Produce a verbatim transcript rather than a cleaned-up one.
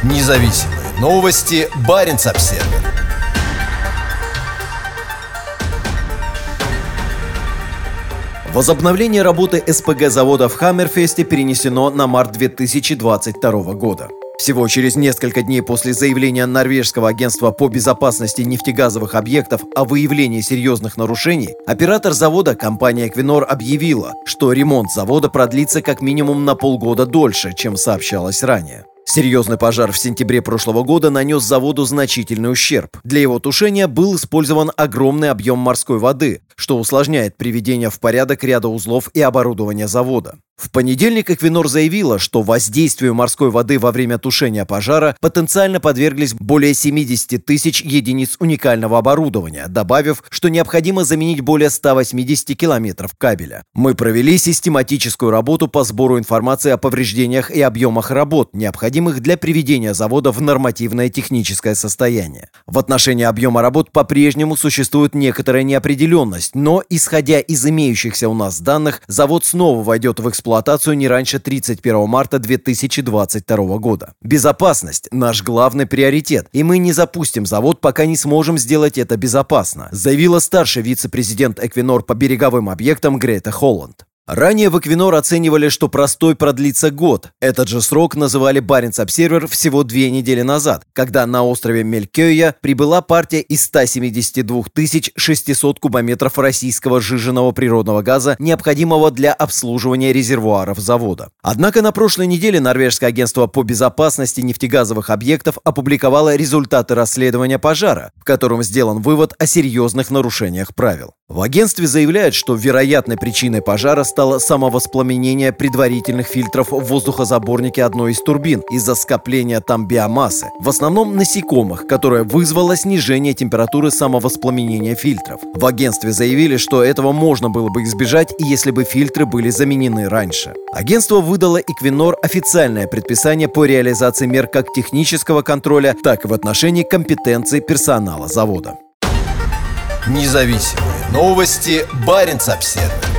Независимые новости. Баренц-Обсервер. Возобновление работы эс пэ гэ-завода в Хаммерфесте перенесено на март две тысячи двадцать второго года. Всего через несколько дней после заявления норвежского агентства по безопасности нефтегазовых объектов о выявлении серьезных нарушений, оператор завода, компания Эквинор, объявила, что ремонт завода продлится как минимум на полгода дольше, чем сообщалось ранее. Серьезный пожар в сентябре прошлого года нанес заводу значительный ущерб. Для его тушения был использован огромный объем морской воды, что усложняет приведение в порядок ряда узлов и оборудования завода. В понедельник Эквинор заявила, что воздействию морской воды во время тушения пожара потенциально подверглись более семьдесят тысяч единиц уникального оборудования, добавив, что необходимо заменить более ста восьмидесяти километров кабеля. Мы провели систематическую работу по сбору информации о повреждениях и объемах работ, необходимых для приведения завода в нормативное техническое состояние. В отношении объема работ по-прежнему существует некоторая неопределенность, но, исходя из имеющихся у нас данных, завод снова войдет в эксплуатацию эксплуатацию не раньше тридцать первого марта две тысячи двадцать второго года. Безопасность – наш главный приоритет, и мы не запустим завод, пока не сможем сделать это безопасно, заявила старший вице-президент Эквинор по береговым объектам Грета Холланд. Ранее в Эквинор оценивали, что простой продлится год. Этот же срок называли Баренц-Обсервер всего две недели назад, когда на острове Мелькёя прибыла партия из ста семидесяти двух тысяч шестисот кубометров российского сжиженного природного газа, необходимого для обслуживания резервуаров завода. Однако на прошлой неделе норвежское агентство по безопасности нефтегазовых объектов опубликовало результаты расследования пожара, в котором сделан вывод о серьезных нарушениях правил. В агентстве заявляют, что вероятной причиной пожара стало самовоспламенение предварительных фильтров в воздухозаборнике одной из турбин из-за скопления там биомассы, в основном насекомых, которое вызвало снижение температуры самовоспламенения фильтров. В агентстве заявили, что этого можно было бы избежать, если бы фильтры были заменены раньше. Агентство выдало Эквинор официальное предписание по реализации мер как технического контроля, так и в отношении компетенций персонала завода. Независимые новости. Баренц-Обсервер.